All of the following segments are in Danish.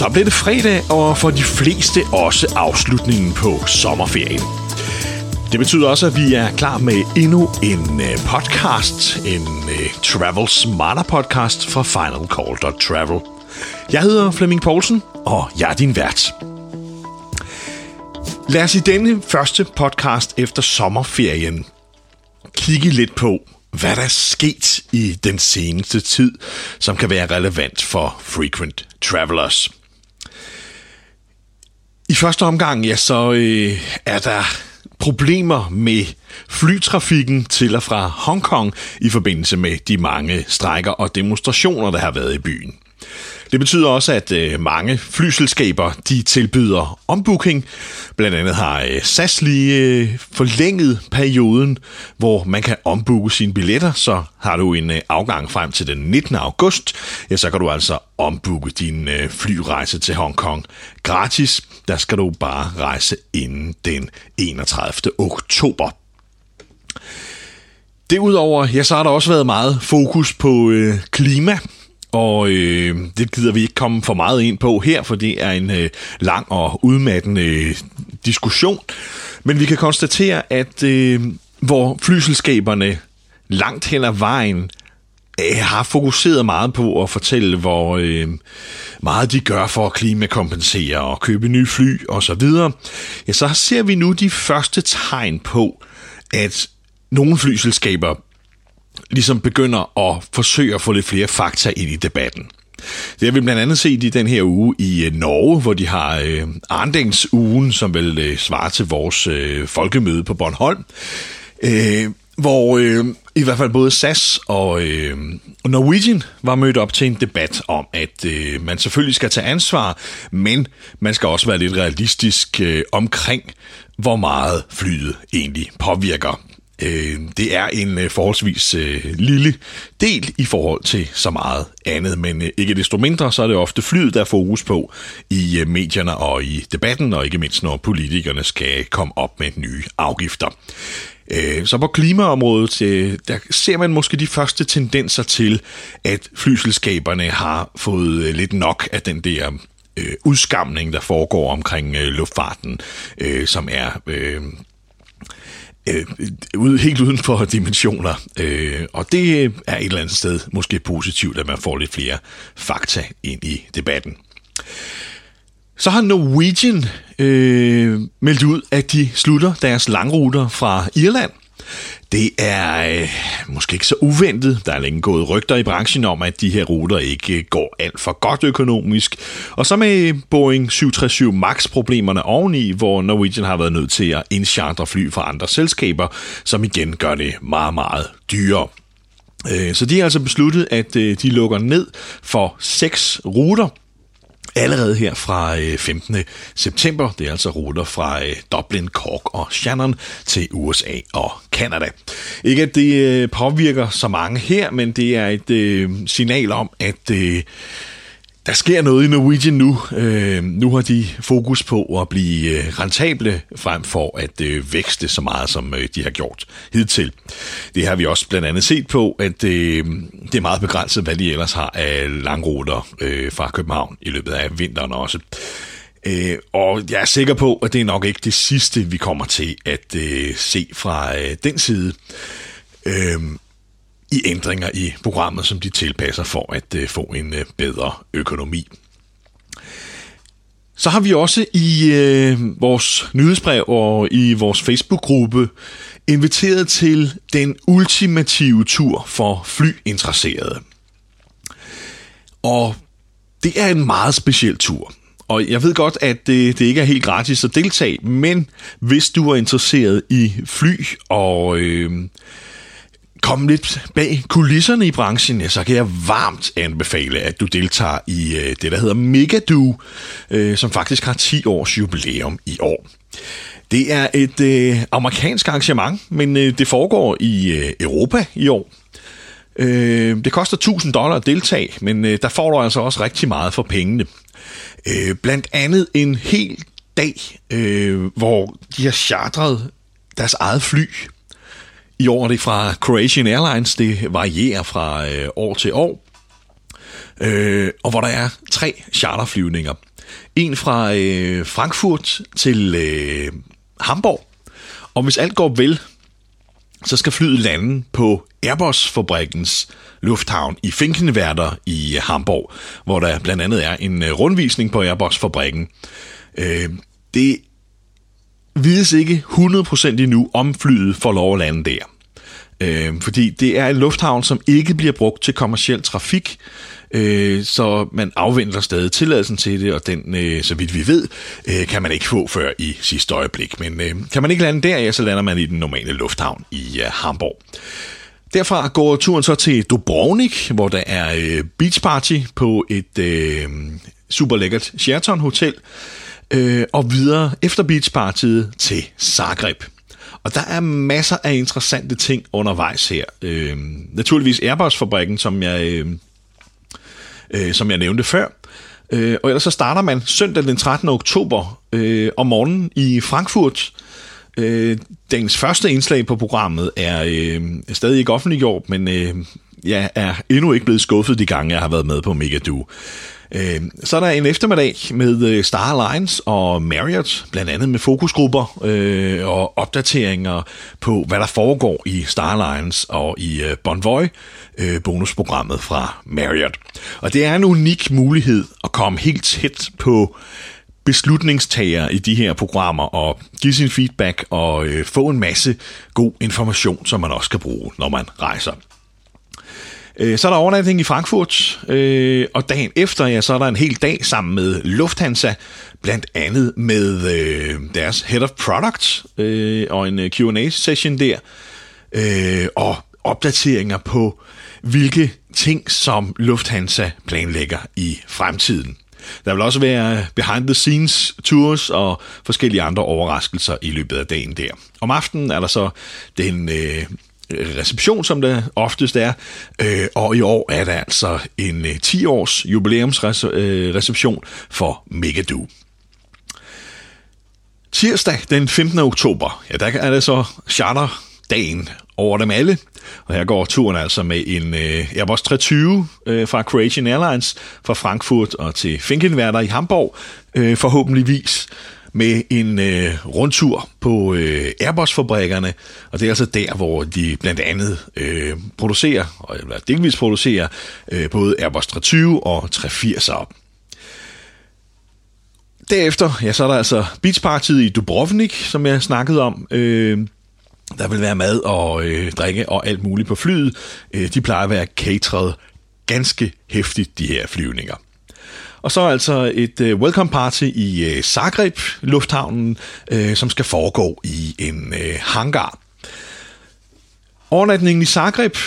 Så blev det fredag, og for de fleste også afslutningen på sommerferien. Det betyder også, at vi er klar med endnu en podcast, en Travel Smarter podcast fra finalcall.travel. Jeg hedder Flemming Poulsen, og jeg er din vært. Lad os i denne første podcast efter sommerferien kigge lidt på, hvad der er sket i den seneste tid, som kan være relevant for frequent travelers. I første omgang, ja, så er der problemer med flytrafikken til og fra Hongkong i forbindelse med de mange strejker og demonstrationer, der har været i byen. Det betyder også, at mange flyselskaber de tilbyder ombooking. Blandt andet har SAS lige forlænget perioden, hvor man kan ombooke sine billetter. Så har du en afgang frem til den 19. august. Ja, så kan du altså ombooke din flyrejse til Hongkong gratis. Der skal du bare rejse inden den 31. oktober. Derudover, ja, så har der også været meget fokus på klima. Og det gider vi ikke komme for meget ind på her, for det er en lang og udmattende diskussion. Men vi kan konstatere, at hvor flyselskaberne langt hen ad vejen har fokuseret meget på at fortælle, hvor meget de gør for at klimakompensere og købe nye fly osv., ja, så ser vi nu de første tegn på, at nogle flyselskaber ligesom begynder at forsøge at få lidt flere fakta ind i debatten. Det har vi blandt andet set i den her uge i Norge, hvor de har Arendalsugen, som vil svare til vores folkemøde på Bornholm, hvor i hvert fald både SAS og Norwegian var mødt op til en debat om, at man selvfølgelig skal tage ansvar, men man skal også være lidt realistisk omkring, hvor meget flyet egentlig påvirker. Det er en forholdsvis lille del i forhold til så meget andet, men ikke desto mindre, så er det ofte flyet, der er fokus på i medierne og i debatten, og ikke mindst når politikerne skal komme op med nye afgifter. Så på klimaområdet, der ser man måske de første tendenser til, at flyselskaberne har fået lidt nok af den der udskamning, der foregår omkring luftfarten, som er helt uden for dimensioner. Og det er et eller andet sted måske positivt, at man får lidt flere fakta ind i debatten. Så har Norwegian meldt ud, at de slutter deres langruter fra Irland. Det er måske ikke så uventet. Der er længe gået rygter i branchen om, at de her ruter ikke går alt for godt økonomisk. Og så med Boeing 737 MAX-problemerne oveni, hvor Norwegian har været nødt til at indchartre fly fra andre selskaber, som igen gør det meget, meget dyrere. Så de har altså besluttet, at de lukker ned for 6 ruter. Allerede her fra 15. september, det er altså ruter fra Dublin, Cork og Shannon til USA og Canada. Ikke at det påvirker så mange her, men det er et signal om, at der sker noget i Norwegian nu. Nu har de fokus på at blive rentable, frem for at vækste så meget, som de har gjort hidtil. Det har vi også blandt andet set på, at det er meget begrænset, hvad de ellers har af langruter fra København i løbet af vinteren også. Og jeg er sikker på, at det er nok ikke det sidste, vi kommer til at se fra den side. I ændringer i programmet, som de tilpasser for at få en bedre økonomi. Så har vi også i vores nyhedsbrev og i vores Facebook-gruppe inviteret til den ultimative tur for flyinteresserede. Og det er en meget speciel tur. Og jeg ved godt, at det ikke er helt gratis at deltage, men hvis du er interesseret i fly og komme lidt bag kulisserne i branchen, ja, så kan jeg varmt anbefale, at du deltager i det, der hedder Megado, som faktisk har 10 års jubilæum i år. Det er et amerikansk arrangement, men det foregår i Europa i år. Det koster $1,000 at deltage, men der får du altså også rigtig meget for pengene. Blandt andet en hel dag, hvor de har chartret deres eget fly. I år er det fra Croatian Airlines, det varierer fra år til år, og hvor der er 3 charterflyvninger. en fra Frankfurt til Hamburg. Og hvis alt går vel, så skal flyet lande på Airbus-fabrikkens lufthavn i Finkenwerder i Hamburg, hvor der blandt andet er en rundvisning på Airbus-fabrikken. Det vides ikke 100% endnu, om flyet får lov at lande der. Fordi det er en lufthavn, som ikke bliver brugt til kommerciel trafik, så man afventer stadig tilladelsen til det, og den, så vidt vi ved, kan man ikke få før i sidste øjeblik. Men kan man ikke lande der, ja, så lander man i den normale lufthavn i Hamburg. Derfra går turen så til Dubrovnik, hvor der er beach party på et super lækkert Sheraton Hotel, og videre efter beachpartiet til Zagreb. Og der er masser af interessante ting undervejs her. Naturligvis Airbus-fabrikken, som jeg nævnte før. Og ellers så starter man søndag den 13. oktober om morgenen i Frankfurt. Dagens første indslag på programmet er stadig ikke offentliggjort, men jeg er endnu ikke blevet skuffet de gange, jeg har været med på Megado. Så er der en eftermiddag med Star Alliance og Marriott, blandt andet med fokusgrupper og opdateringer på, hvad der foregår i Star Alliance og i Bonvoy, bonusprogrammet fra Marriott. Og det er en unik mulighed at komme helt tæt på beslutningstagere i de her programmer og give sin feedback og få en masse god information, som man også kan bruge, når man rejser. Så er der overnatning i Frankfurt, og dagen efter, ja, så er der en hel dag sammen med Lufthansa, blandt andet med deres Head of Product og en Q&A-session der, og opdateringer på, hvilke ting, som Lufthansa planlægger i fremtiden. Der vil også være behind-the-scenes tours og forskellige andre overraskelser i løbet af dagen der. Om aftenen er der så den reception, som det oftest er, og i år er der altså en 10-års jubilæumsreception for Megado. Tirsdag den 15. oktober, ja, der er det så charterdagen over dem alle, og her går turen altså med en Airbus 320 fra Croatian Airlines fra Frankfurt og til Finkenwerder i Hamburg, forhåbentligvis med en rundtur på Airbus-fabrikkerne, og det er altså der, hvor de blandt andet producerer, eller delvis producerer, både Airbus 320 og 380'er. Derefter, ja, så er der altså beachpartiet i Dubrovnik, som jeg snakkede om. Der vil være mad og drikke og alt muligt på flyet. De plejer at være cateret ganske hæftigt, de her flyvninger. Og så altså et welcome party i Zagreb lufthavnen, som skal foregå i en hangar. Overnatningen i Zagreb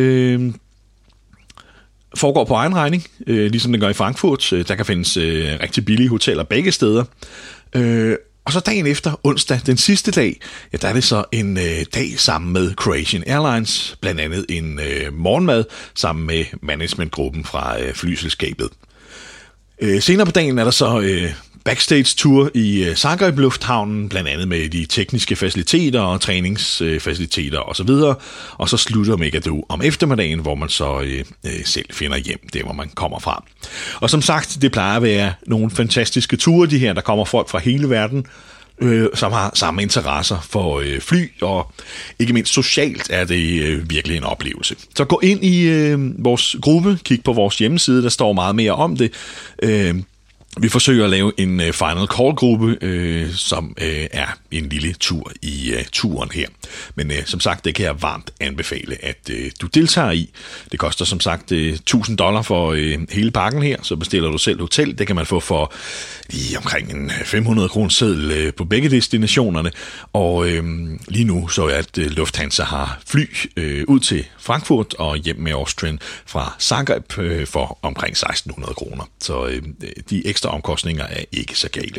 foregår på egen regning, ligesom den gør i Frankfurt. Der kan findes rigtig billige hoteller begge steder. Og så dagen efter, onsdag, den sidste dag, ja, der er det så en dag sammen med Croatian Airlines, blandt andet en morgenmad sammen med managementgruppen fra flyselskabet. Senere på dagen er der så backstage-tour i Zagreb Lufthavnen, blandt andet med de tekniske faciliteter og træningsfaciliteter osv. Og så slutter Megado om eftermiddagen, hvor man så selv finder hjem, der hvor man kommer fra. Og som sagt, det plejer at være nogle fantastiske ture, de her. Der kommer folk fra hele verden, som har samme interesser for fly, og ikke mindst socialt er det virkelig en oplevelse. Så gå ind i vores gruppe, kig på vores hjemmeside, der står meget mere om det. Vi forsøger at lave en final call-gruppe, som er en lille tur i turen her. Men som sagt, det kan jeg varmt anbefale, at du deltager i. Det koster som sagt $1,000 for hele pakken her, så bestiller du selv hotel. Det kan man få for lige omkring en 500 kroner seddel på begge destinationerne. Og lige nu så er at Lufthansa har fly ud til Frankfurt og hjem med Austrian fra Zagreb for omkring 1.600 kroner. Så de ekstra omkostninger er ikke så gale.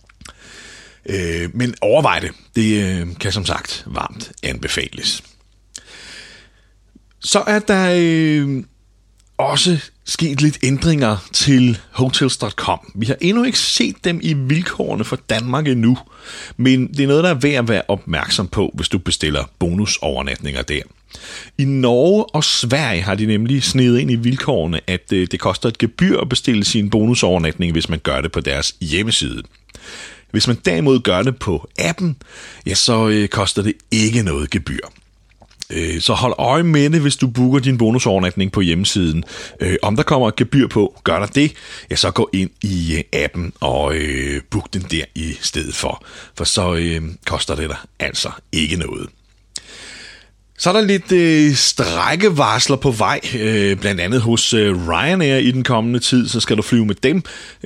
Men overvej det. Det kan som sagt varmt anbefales. Så er der også sket lidt ændringer til Hotels.com. Vi har endnu ikke set dem i vilkårene for Danmark endnu, men det er noget, der er værd at være opmærksom på, hvis du bestiller bonusovernatninger der. I Norge og Sverige har de nemlig snedet ind i vilkårene, at det koster et gebyr at bestille sin bonusovernatning, hvis man gør det på deres hjemmeside. Hvis man derimod gør det på appen, ja, så koster det ikke noget gebyr. Så hold øje med det, hvis du booker din bonusovernatning på hjemmesiden. Om der kommer et gebyr på, gør der det, ja, så gå ind i appen og book den der i stedet for. For så koster det dig altså ikke noget. Så er der lidt strejkevarsler på vej, blandt andet hos Ryanair i den kommende tid, så skal du flyve med dem.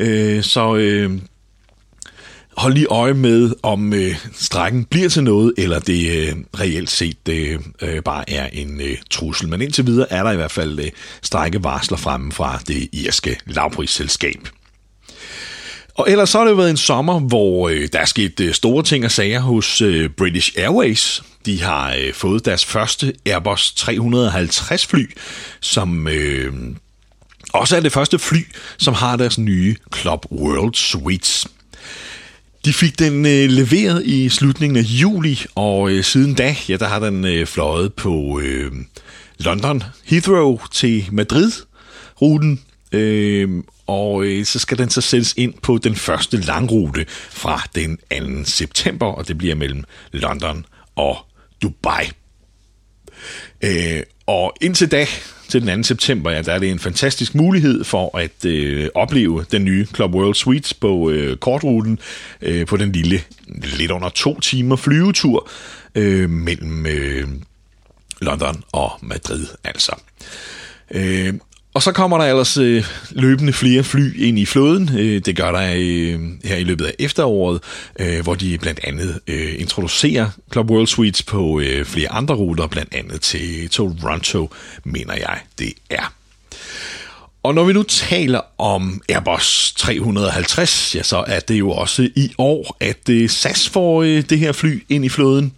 Hold lige øje med, om strejken bliver til noget, eller det reelt set bare er en trussel. Men indtil videre er der i hvert fald strejkevarsler fremme fra det irske lavprisselskab. Og ellers så har det jo været en sommer, hvor der er sket store ting og sager hos British Airways. De har fået deres første Airbus 350 fly, som også er det første fly, som har deres nye Club World Suites. De fik den leveret i slutningen af juli, og siden da, ja, der har den fløjet på London Heathrow til Madrid-ruten, og så skal den så sættes ind på den første langrute fra den 2. september, og det bliver mellem London og Dubai. Og indtil da, til den 2. september, ja, der er det en fantastisk mulighed for at opleve den nye Club World Suites på kortruten på den lille, lidt under 2 timer flyvetur mellem London og Madrid, altså. Og så kommer der ellers løbende flere fly ind i flåden. Det gør der her i løbet af efteråret, hvor de blandt andet introducerer Club World Suites på flere andre ruter, blandt andet til Toronto, mener jeg, det er. Og når vi nu taler om Airbus 350, ja, så er det jo også i år, at SAS får det her fly ind i flåden.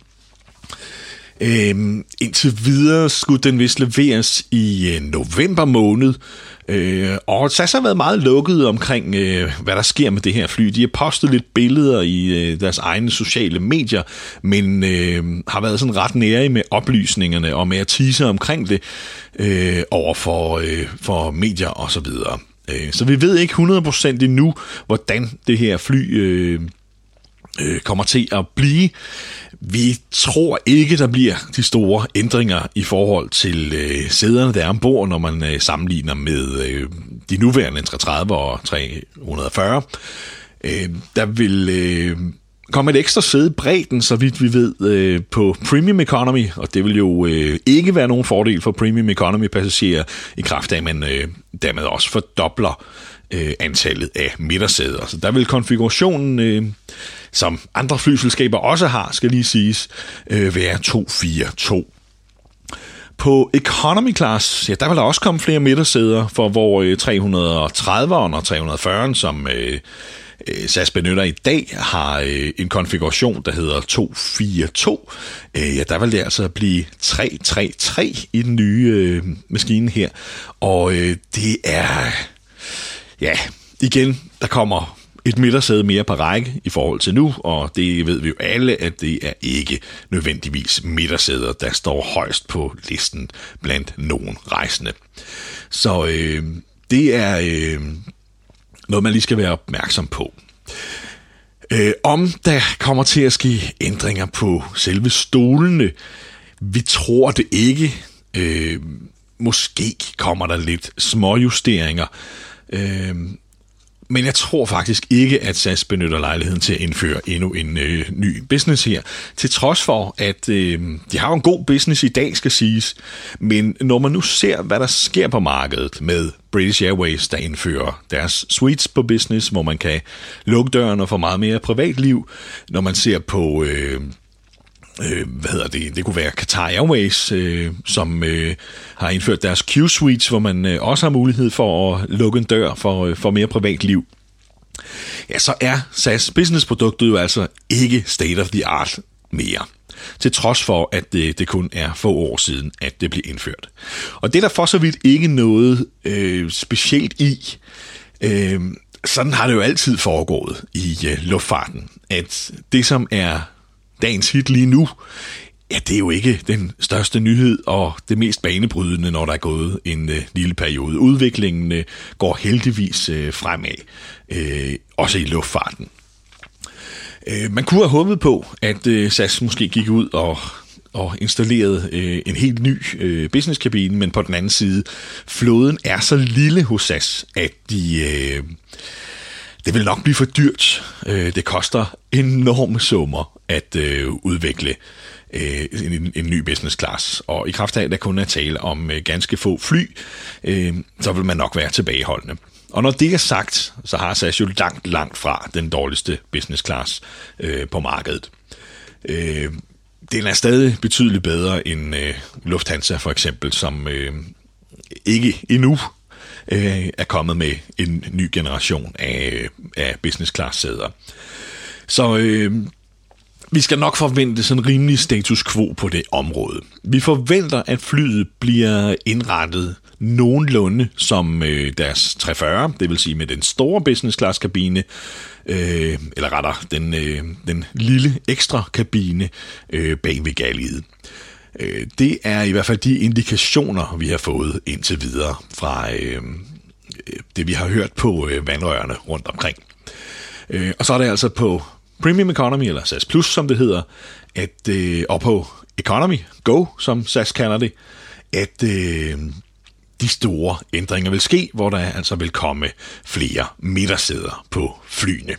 Indtil videre skulle den vist leveres i november måned, og SAS har været meget lukket omkring, hvad der sker med det her fly. De har postet lidt billeder i deres egne sociale medier, men har været sådan ret nære med oplysningerne og med at tease omkring det over for medier og så videre. Så vi ved ikke 100% endnu, hvordan det her fly kommer til at blive. Vi tror ikke, der bliver de store ændringer i forhold til sæderne, der er ombord, når man sammenligner med de nuværende 330 og 340. Der vil komme et ekstra sæde i bredden, så vidt vi ved, på Premium Economy, og det vil jo ikke være nogen fordel for Premium Economy passagerer, i kraft af, at man dermed også fordobler antallet af midtersæder. Så der vil konfigurationen, som andre flyselskaber også har, skal lige siges, være 242. På Economy Class, ja, der vil der også komme flere midtersæder, for hvor 330'eren og 340'eren, som SAS benytter i dag, har en konfiguration, der hedder 242. Ja, der vil det altså blive 333 i den nye maskine her. Og det er, ja, igen, der kommer et midtersæde mere per række i forhold til nu, og det ved vi jo alle, at det er ikke nødvendigvis midtersæder, der står højst på listen blandt nogen rejsende. Så det er noget, man lige skal være opmærksom på. Om der kommer til at ske ændringer på selve stolene, vi tror det ikke. Måske kommer der lidt småjusteringer, men jeg tror faktisk ikke, at SAS benytter lejligheden til at indføre endnu en ny business her. Til trods for, at de har en god business i dag, skal siges. Men når man nu ser, hvad der sker på markedet med British Airways, der indfører deres suites på business, hvor man kan lukke døren og få meget mere privatliv. Når man ser på det kunne være Qatar Airways, som har indført deres Q-suites, hvor man også har mulighed for at lukke en dør for mere privatliv. Ja, så er SAS businessproduktet jo altså ikke state of the art, mere. Til trods for, at det kun er få år siden, at det blev indført. Og det er der for så vidt ikke noget specielt i. Sådan har det jo altid foregået i luftfarten, at det, som er dagens hit lige nu, ja, det er jo ikke den største nyhed og det mest banebrydende, når der er gået en lille periode. Udviklingen går heldigvis fremad, også i luftfarten. Man kunne have håbet på, at SAS måske gik ud og installerede en helt ny businesskabine, men på den anden side, flåden er så lille hos SAS, at det vil nok blive for dyrt. Det koster enorme summer at udvikle en ny business class, og i kraft af, at der kun er tale om ganske få fly, så vil man nok være tilbageholdende. Og når det er sagt, så har SAS jo langt fra den dårligste business class på markedet. Den er stadig betydeligt bedre end Lufthansa for eksempel, som ikke endnu er kommet med en ny generation af business class sæder. Så vi skal nok forvente sådan en rimelig status quo på det område. Vi forventer, at flyet bliver indrettet nogenlunde som deres 340, det vil sige med den store business class kabine, eller rettere den lille ekstra kabine bag ved galliet. Det er i hvert fald de indikationer, vi har fået indtil videre fra det, vi har hørt på vandrørene rundt omkring. Og så er det altså på Premium Economy, eller SAS Plus, som det hedder, og på Economy Go, som SAS kalder det, at de store ændringer vil ske, hvor der altså vil komme flere midtersæder på flyene.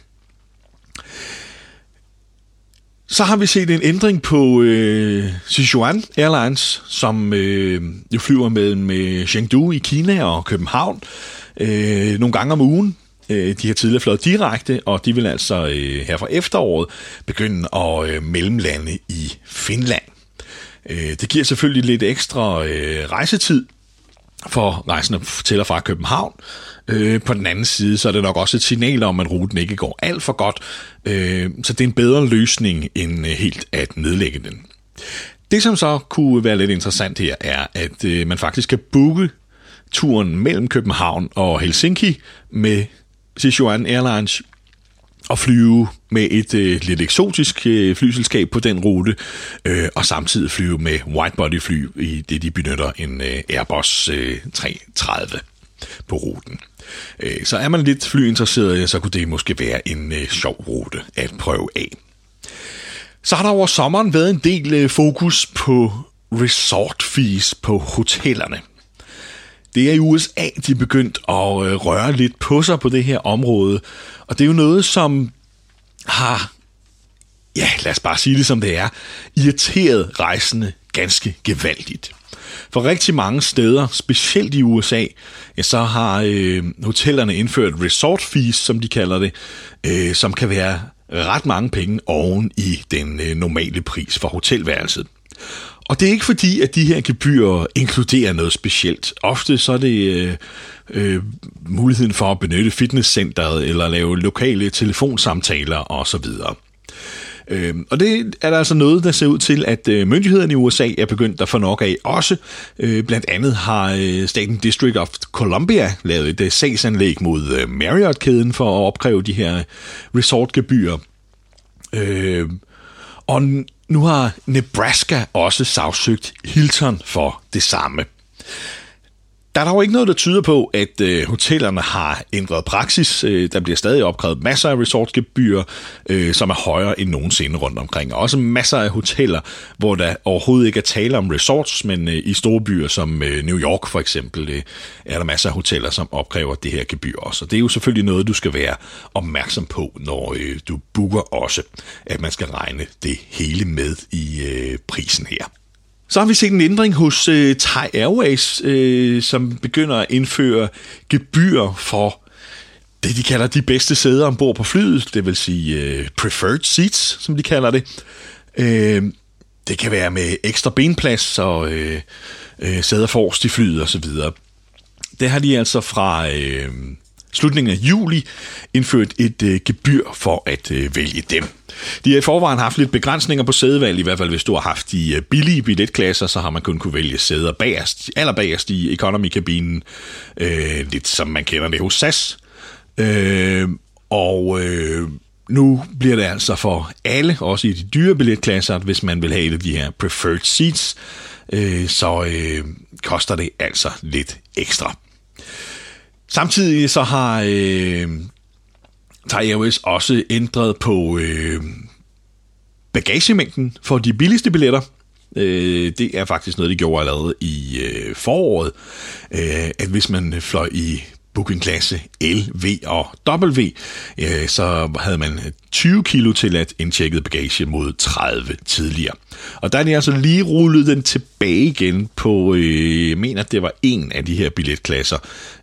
Så har vi set en ændring på Sichuan Airlines, som jo flyver mellem Chengdu i Kina og København nogle gange om ugen. De har tidligere fløjet direkte, og de vil altså her fra efteråret begynde at mellemlande i Finland. Det giver selvfølgelig lidt ekstra rejsetid for rejsende til og fra København. På den anden side, så er det nok også et signal om, at ruten ikke går alt for godt. Så det er en bedre løsning end helt at nedlægge den. Det, som så kunne være lidt interessant her, er, at man faktisk kan booke turen mellem København og Helsinki med Sichuan Airlines og flyve med et lidt eksotisk flyselskab på den rute, og samtidig flyve med widebody fly i det, de benytter en Airbus 330 på ruten. Så er man lidt flyinteresseret, så kunne det måske være en sjov rute at prøve af. Så har der over sommeren været en del fokus på resort fees på hotellerne. Det er i USA, de er begyndt at røre lidt på sig på det her område, og det er jo noget, som har, ja, lad os bare sige det som det er, irriteret rejsende ganske gevaldigt. For rigtig mange steder, specielt i USA, ja, så har hotellerne indført resort fees, som de kalder det, som kan være ret mange penge oven i den normale pris for hotelværelset. Og det er ikke fordi, at de her gebyrer inkluderer noget specielt. Ofte så er det muligheden for at benytte fitnesscenteret eller lave lokale telefonsamtaler osv. Og det er der altså noget, der ser ud til, at myndighederne i USA er begyndt at få nok af også. Blandt andet har staten District of Columbia lavet et sagsanlæg mod Marriott-kæden for at opkræve de her resortgebyrer. Og nu har Nebraska også sagsøgt Hilton for det samme. Der er dog ikke noget, der tyder på, at hotellerne har ændret praksis. Der bliver stadig opkrævet masser af resortgebyrer, som er højere end nogensinde rundt omkring. Og også masser af hoteller, hvor der overhovedet ikke er tale om resorts, men i store byer som New York for eksempel, er der masser af hoteller, som opkræver det her gebyr også. Og det er jo selvfølgelig noget, du skal være opmærksom på, når du booker også, at man skal regne det hele med i prisen her. Så har vi set en ændring hos Thai Airways, som begynder at indføre gebyr for det, de kalder de bedste sæder ombord på flyet, det vil sige preferred seats, som de kalder det. Det kan være med ekstra benplads og sæder forrest i flyet osv. Det har de altså fra slutningen af juli indført et gebyr for at vælge dem. De har i forvejen haft lidt begrænsninger på sædevalg, i hvert fald hvis du har haft de billige billetklasser, så har man kun kunne vælge sæder allerbagerst i economy-kabinen, lidt som man kender det hos SAS. Nu bliver det altså for alle, også i de dyre billetklasser, at hvis man vil have et af de her preferred seats, så koster det altså lidt ekstra. Samtidig så har Thai Airways også ændret på bagagemængden for de billigste billetter. Det er faktisk noget, de gjorde allerede i foråret, at hvis man fløj i bookingklasse L, V og W, så havde man 20 kilo til at indtjekket bagage mod 30 tidligere. Og der er de altså lige rullet den tilbage igen på, jeg mener, at det var en af de her billetklasser,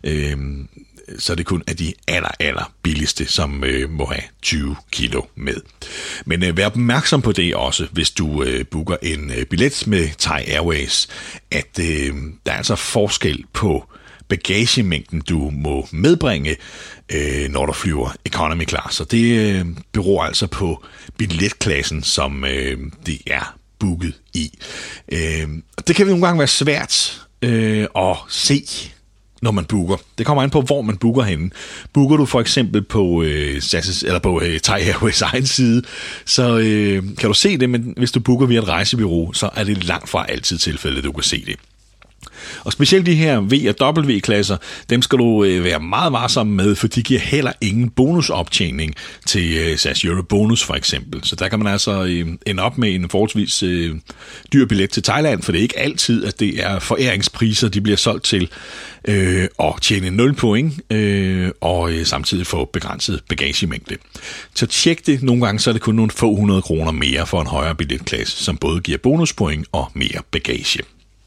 så det kun er de aller billigste, som må have 20 kilo med. Men vær opmærksom på det også, hvis du booker en billet med Thai Airways, at der er altså forskel på bagagemængden, du må medbringe, når du flyver economy class. Så det beror altså på billetklassen, som det er booket i. Det kan nogle gange være svært at se, når man booker. Det kommer an på, hvor man booker henne. Booker du for eksempel på Thai Airways egen side, så kan du se det, men hvis du booker via et rejsebureau, så er det langt fra altid tilfældet, at du kan se det. Og specielt de her V- og W-klasser, dem skal du være meget varsom med, for de giver heller ingen bonusoptjening til SAS Euro Bonus for eksempel. Så der kan man altså ende op med en forholdsvis dyr billet til Thailand, for det er ikke altid, at det er foræringspriser, de bliver solgt til, og tjene 0 point, og samtidig få begrænset bagagemængde. Så tjek det. Nogle gange så er det kun nogle få 100 kroner mere for en højere billetklasse, som både giver bonuspoint og mere bagage.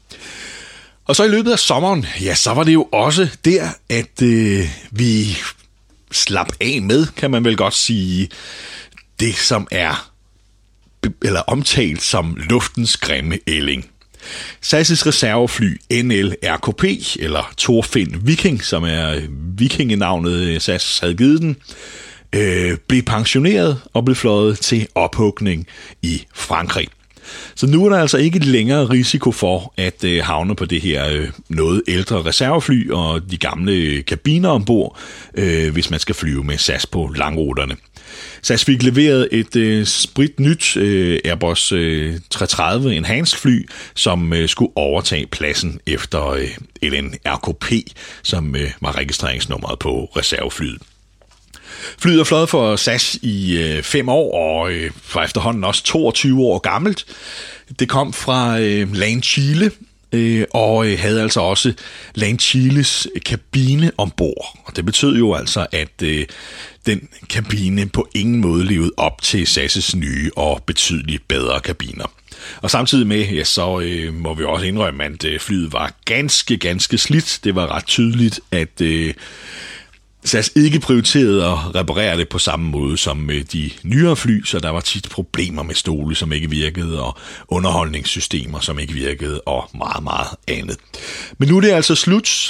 Og så i løbet af sommeren, ja, så var det jo også der, at vi slap af med, kan man vel godt sige, det som er omtalt som luftens grimme ælling. SAS' reservefly NL RKP, eller Thorfinn Viking, som er vikingenavnet SAS havde givet den, blev pensioneret og blev fløjet til ophugning i Frankrig. Så nu er der altså ikke længere risiko for at havne på det her noget ældre reservefly og de gamle kabiner ombord, hvis man skal flyve med SAS på langruterne. SAS fik leveret et spritnyt Airbus 330 Enhanced fly, som skulle overtage pladsen efter LN RKP, som var registreringsnummeret på reserveflyet. Flyet er fløjet for SAS i 5 år, og var efterhånden også 22 år gammelt. Det kom fra LAN Chile, og havde altså også LAN Chiles kabine ombord. Og det betød jo altså, at den kabine på ingen måde levede op til SAS' nye og betydeligt bedre kabiner. Og samtidig med, ja, så må vi også indrømme, at flyet var ganske slidt. Det var ret tydeligt, at SAS ikke prioriterede at reparere det på samme måde som de nyere fly, så der var tit problemer med stole, som ikke virkede, og underholdningssystemer, som ikke virkede, og meget andet. Men nu er det altså slut.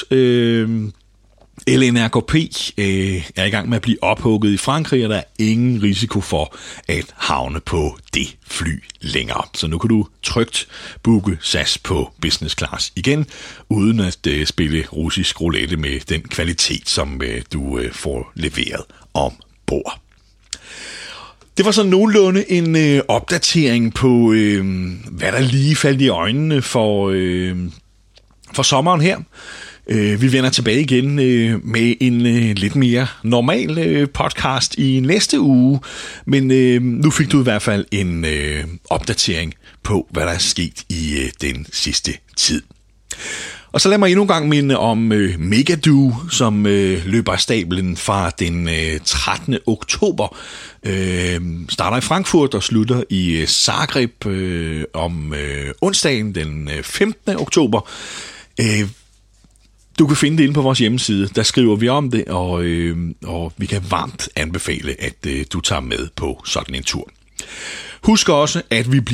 LNRKP er i gang med at blive ophugget i Frankrig, og der er ingen risiko for at havne på det fly længere. Så nu kan du trygt booke SAS på business class igen, uden at spille russisk roulette med den kvalitet, som du får leveret ombord. Det var så nogenlunde en opdatering på, hvad der lige faldt i øjnene for sommeren her. Vi vender tilbage igen med en lidt mere normal podcast i næste uge, men nu fik du i hvert fald en opdatering på, hvad der er sket i den sidste tid. Og så lad mig endnu en gang minde om Megado, som løber af stablen fra den 13. oktober. Starter i Frankfurt og slutter i Zagreb om onsdagen den 15. oktober. Du kan finde det inde på vores hjemmeside, der skriver vi om det, og vi kan varmt anbefale, at du tager med på sådan en tur. Husk også, at vi bliver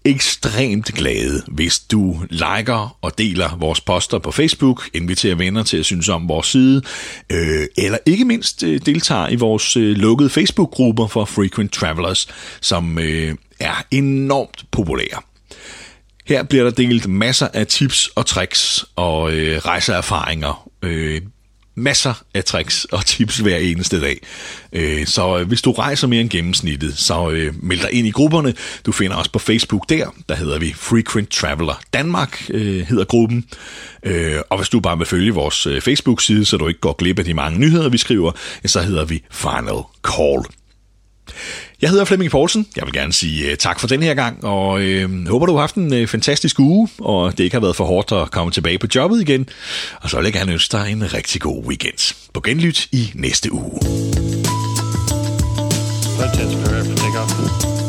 ekstremt glade, hvis du liker og deler vores poster på Facebook, inviterer venner til at synes om vores side, eller ikke mindst deltager i vores lukkede Facebook-grupper for Frequent Travelers, som er enormt populære. Her bliver der delt masser af tips og tricks og rejseerfaringer. Masser af tricks og tips hver eneste dag. Så hvis du rejser mere end gennemsnittet, så meld dig ind i grupperne. Du finder os på Facebook der hedder vi Frequent Traveler Danmark, hedder gruppen. Og hvis du bare vil følge vores Facebook-side, så du ikke går glip af de mange nyheder, vi skriver, så hedder vi Final Call. Jeg hedder Flemming Poulsen. Jeg vil gerne sige tak for den her gang, og håber, du har haft en fantastisk uge, og det ikke har været for hårdt at komme tilbage på jobbet igen. Og så vil jeg gerne ønske dig en rigtig god weekend. På genlyt i næste uge. Flight test, prepare for takeoff.